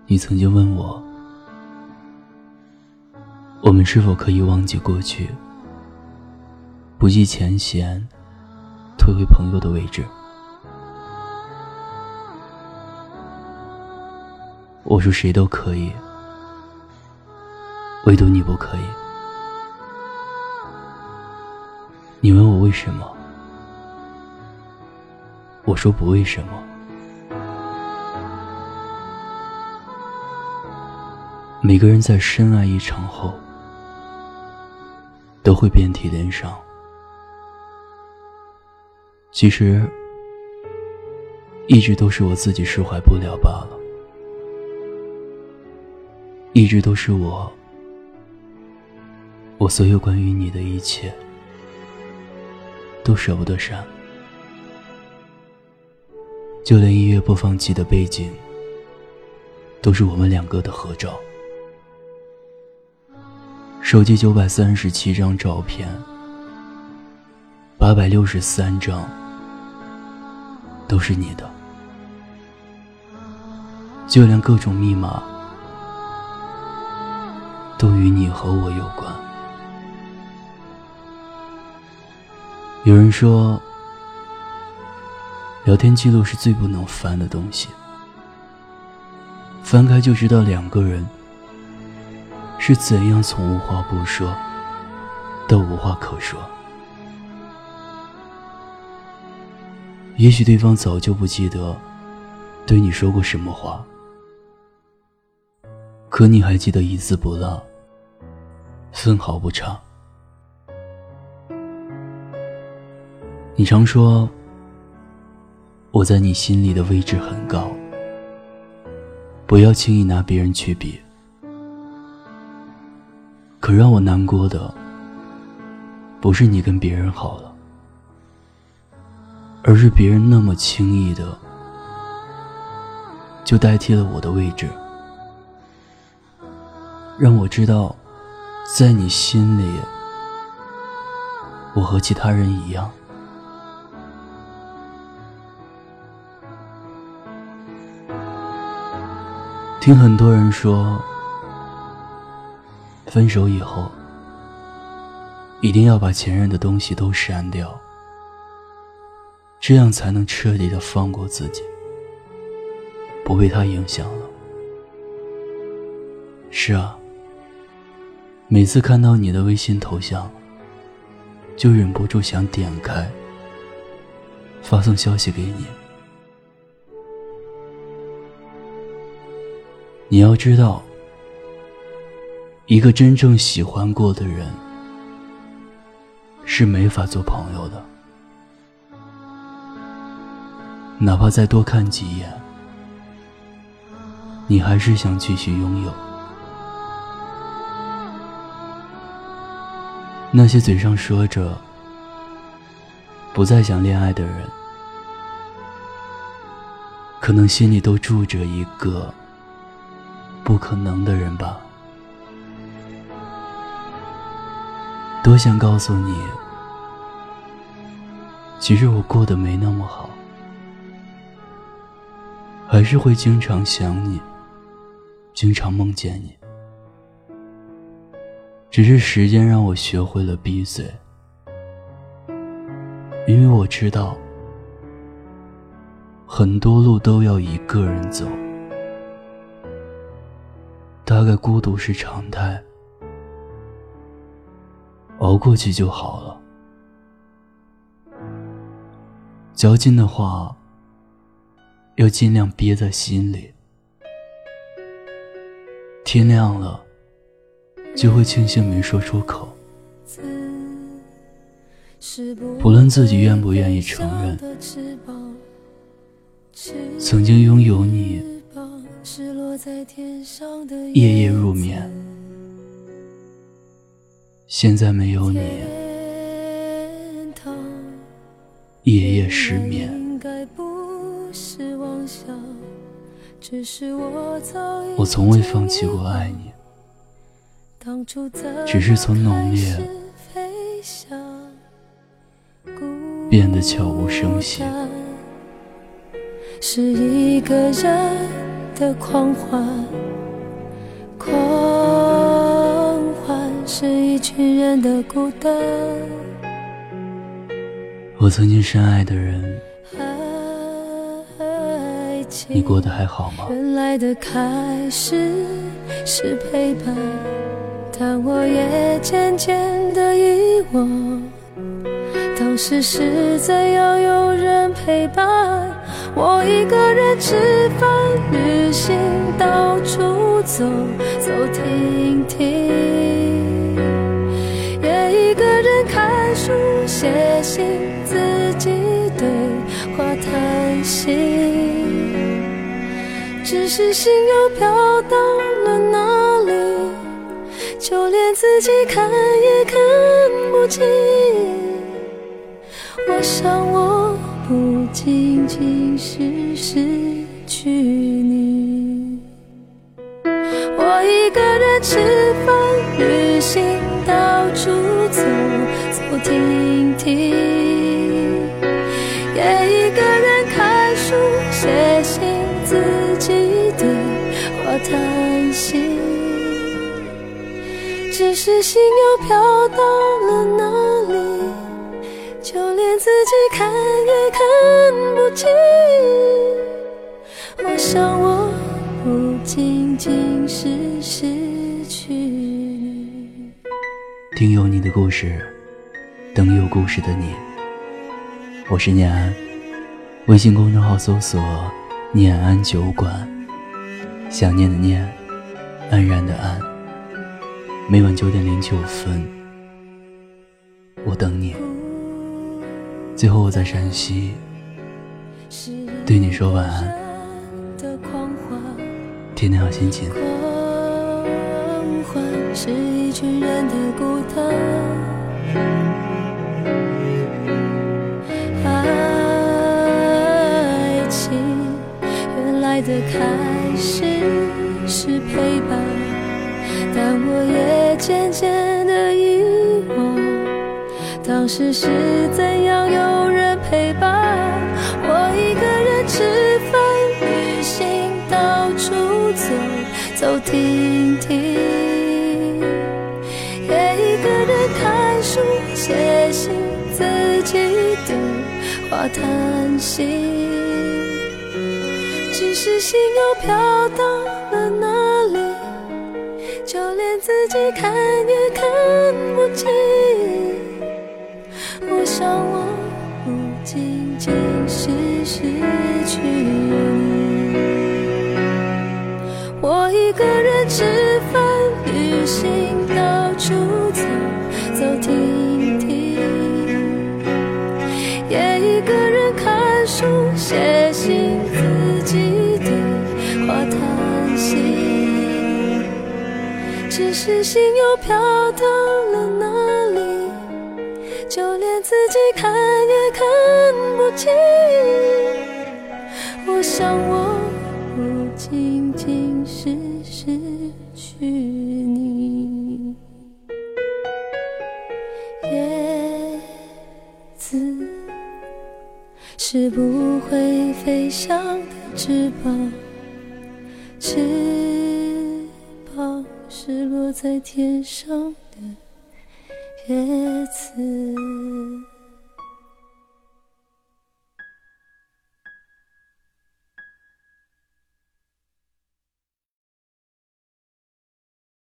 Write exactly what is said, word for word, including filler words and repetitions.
你曾经问我，我们是否可以忘记过去，不计前嫌，退回朋友的位置？我说谁都可以，唯独你不可以。你问我为什么，我说不为什么。每个人在深爱一场后，都会遍体鳞伤。其实一直都是我自己释怀不了罢了，一直都是我我所有关于你的一切都舍不得删，就连音乐播放器的背景都是我们两个的合照，手机九百三十七张照片，八百六十三张都是你的，就连各种密码都与你和我有关。有人说，聊天记录是最不能翻的东西，翻开就知道两个人是怎样从无话不说到无话可说。也许对方早就不记得对你说过什么话，可你还记得一字不落，分毫不差。你常说我在你心里的位置很高，不要轻易拿别人去比。可让我难过的不是你跟别人好了，而是别人那么轻易的就代替了我的位置，让我知道在你心里我和其他人一样。听很多人说，分手以后一定要把前任的东西都删掉，这样才能彻底的放过自己，不被他影响了。是啊，每次看到你的微信头像，就忍不住想点开发送消息给你。你要知道，一个真正喜欢过的人是没法做朋友的，哪怕再多看几眼，你还是想继续拥有。那些嘴上说着不再想恋爱的人，可能心里都住着一个不可能的人吧。多想告诉你，其实我过得没那么好，还是会经常想你，经常梦见你。只是时间让我学会了闭嘴，因为我知道很多路都要一个人走，大概孤独是常态，熬过去就好了。矫情的话要尽量憋在心里，天亮了就会庆幸没说出口。不论自己愿不愿意承认，曾经拥有你夜夜入眠，现在没有你夜夜失眠。我从未放弃过爱你，只是从浓烈变得悄无声息。 是一个人的狂欢，狂欢是一群人的孤单。 我曾经深爱的人，你过得还好吗？ 原来的开始是陪伴，但我也渐渐地遗忘，当时是怎样有人陪伴。我一个人吃饭旅行，到处走走停停，也一个人看书写信，自己对话谈心，只是心又飘到了哪里，就连自己看也看不清。我想我不仅仅是失去你，我一个人吃饭旅行，到处走走停停，也一个人看书写信，自己对话谈心，只是心又飘到了哪里，就连自己看也看不清。我想我不仅仅是失去你。 听有你的故事，等有故事的你。我是念安，微信公众号搜索念安酒馆，想念的念，安然的安。每晚九点零九分，我等你。最后我在陕西对你说晚安，天天好心情。 狂欢是一群人的孤单，爱情原来的开始是陪伴，但我也渐渐地遗忘，当时是怎样有人陪伴。我一个人吃饭旅行，到处走走停停，也一个人看书写信，自己对话谈心，只是心又飘到了哪里，就连自己看也看不清。我想我不仅仅是失去你，我一个人吃饭旅行，到处走走停停，也一个人看书写信，自己对话谈心，只是心又飘到了哪里，就连自己看也看不清。我想我不仅仅是失去你。叶子是不会飞翔的翅膀，翅膀是落在天上的叶子。